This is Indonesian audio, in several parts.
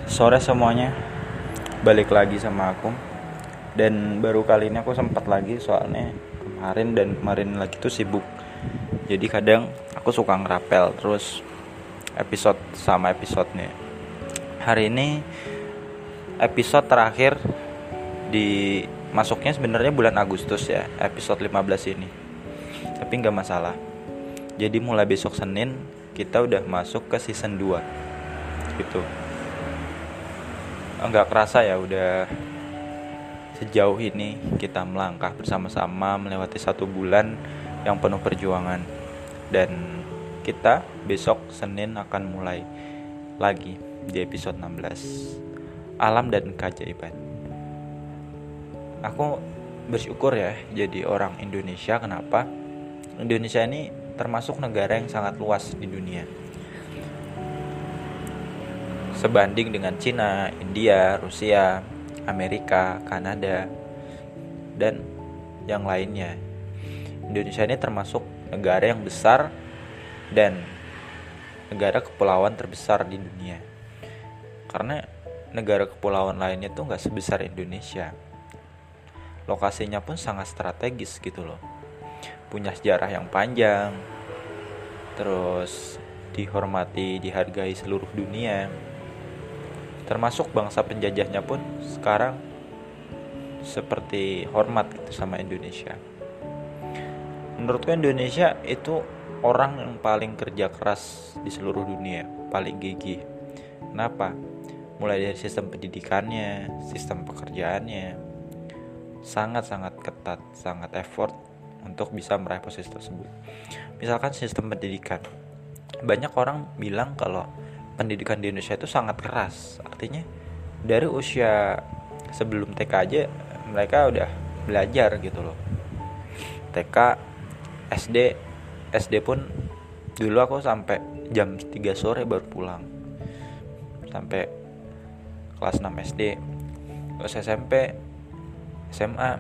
Sore semuanya, balik lagi sama aku. Dan baru kali ini aku sempat lagi soalnya kemarin lagi tuh sibuk. Jadi kadang aku suka ngerapel terus episode sama episodenya. Hari ini episode terakhir di masuknya sebenarnya bulan Agustus ya, episode 15 ini. Tapi nggak masalah. Jadi mulai besok Senin kita udah masuk ke season 2 gitu. Nggak kerasa ya udah sejauh ini kita melangkah bersama-sama melewati 1 bulan yang penuh perjuangan. Dan kita besok Senin akan mulai lagi di episode 16, Alam dan Keajaiban. Aku bersyukur ya jadi orang Indonesia. Kenapa? Indonesia ini termasuk negara yang sangat luas di dunia, sebanding dengan Cina, India, Rusia, Amerika, Kanada, dan yang lainnya. Indonesia ini termasuk negara yang besar dan negara kepulauan terbesar di dunia. Karena negara kepulauan lainnya tuh gak sebesar Indonesia. Lokasinya pun sangat strategis gitu loh. Punya sejarah yang panjang, terus dihormati, dihargai seluruh dunia. Termasuk bangsa penjajahnya pun sekarang seperti hormat gitu sama Indonesia. Menurutku Indonesia itu orang yang paling kerja keras di seluruh dunia, paling gigih. Kenapa? Mulai dari sistem pendidikannya, sistem pekerjaannya, sangat-sangat ketat, sangat effort untuk bisa meraih posisi tersebut. Misalkan sistem pendidikan, banyak orang bilang kalau pendidikan di Indonesia itu sangat keras. Artinya dari usia sebelum TK aja mereka udah belajar gitu loh. TK, SD pun dulu aku sampai jam 3 sore baru pulang. Sampai kelas 6 SD. Terus SMP, SMA.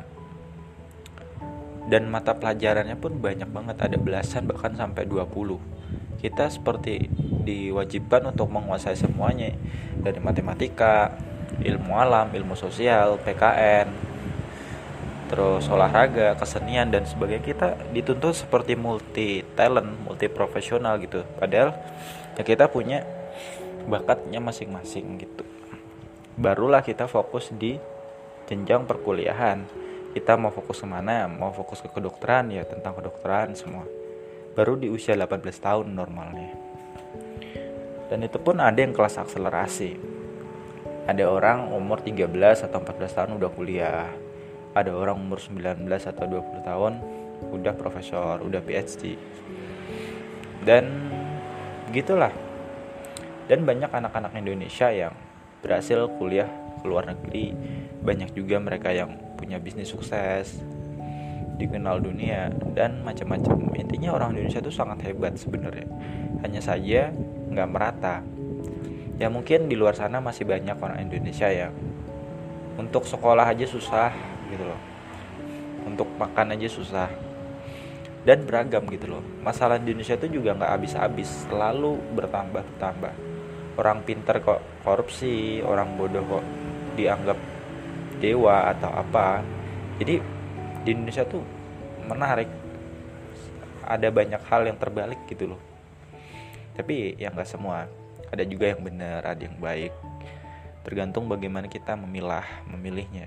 Dan mata pelajarannya pun banyak banget, ada belasan bahkan sampai 20. Kita seperti diwajibkan untuk menguasai semuanya, dari matematika, ilmu alam, ilmu sosial, PKN, terus olahraga, kesenian dan sebagainya. Kita dituntut seperti multi talent, multi profesional gitu. Padahal ya kita punya bakatnya masing-masing gitu. Barulah kita fokus di jenjang perkuliahan. Kita mau fokus kemana? Mau fokus ke kedokteran ya tentang kedokteran semua. Baru di usia 18 tahun normalnya. Dan itu pun ada yang kelas akselerasi. Ada orang umur 13 atau 14 tahun udah kuliah. Ada orang umur 19 atau 20 tahun udah profesor, udah PhD. Dan gitulah. Dan banyak anak-anak Indonesia yang berhasil kuliah ke luar negeri. Banyak juga mereka yang punya bisnis sukses, dikenal dunia dan macam-macam. Intinya orang Indonesia itu sangat hebat sebenarnya. Hanya saja nggak merata. Ya mungkin di luar sana masih banyak orang Indonesia yang untuk sekolah aja susah gitu loh, untuk makan aja susah, dan beragam gitu loh. Masalah di Indonesia itu juga nggak habis-habis, selalu bertambah. Orang pintar kok korupsi, orang bodoh kok dianggap dewa atau apa. Jadi di Indonesia tuh menarik, ada banyak hal yang terbalik gitu loh. Tapi ya nggak semua, ada juga yang benar, ada yang baik. Tergantung bagaimana kita memilihnya.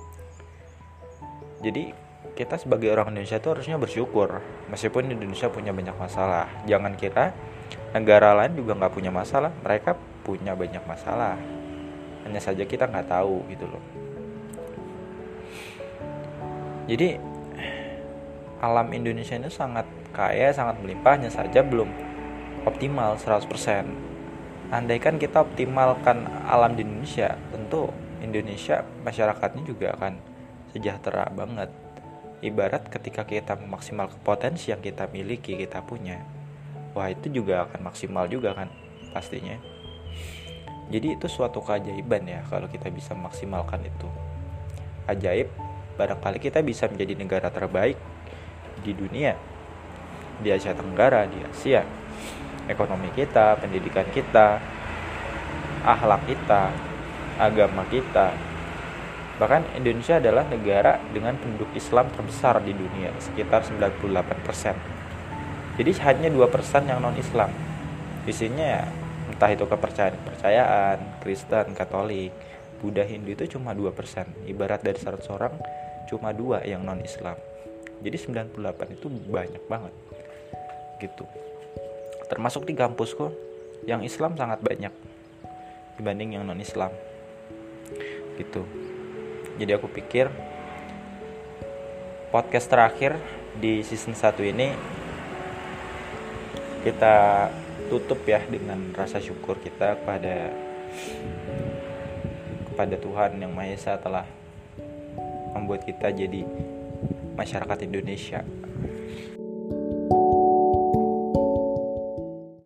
Jadi kita sebagai orang Indonesia itu harusnya bersyukur, meskipun Indonesia punya banyak masalah. Jangan kira negara lain juga nggak punya masalah, mereka punya banyak masalah. Hanya saja kita nggak tahu gitu loh. Jadi alam Indonesia ini sangat kaya, sangat melimpah, hanya saja belum optimal 100%. Andaikan kita optimalkan alam di Indonesia, tentu Indonesia masyarakatnya juga akan sejahtera banget. Ibarat ketika kita memaksimalkan potensi yang kita miliki, kita punya, wah itu juga akan maksimal juga kan pastinya. Jadi itu suatu keajaiban ya kalau kita bisa memaksimalkan itu. Ajaib, barangkali kita bisa menjadi negara terbaik di dunia, di Asia Tenggara, di Asia. Ekonomi kita, pendidikan kita, akhlak kita, agama kita. Bahkan Indonesia adalah negara dengan penduduk Islam terbesar di dunia, sekitar 98%. Jadi hanya 2% yang non-Islam. Isinya ya entah itu kepercayaan, Kristen, Katolik, Buddha, Hindu, itu cuma 2%. Ibarat dari 100 orang cuma 2 yang non-Islam. Jadi 98 itu banyak banget gitu. Termasuk di kampusku yang Islam sangat banyak dibanding yang non-Islam gitu. Jadi aku pikir podcast terakhir di season 1 ini kita tutup ya dengan rasa syukur kita kepada Tuhan Yang Maha Esa telah membuat kita jadi masyarakat Indonesia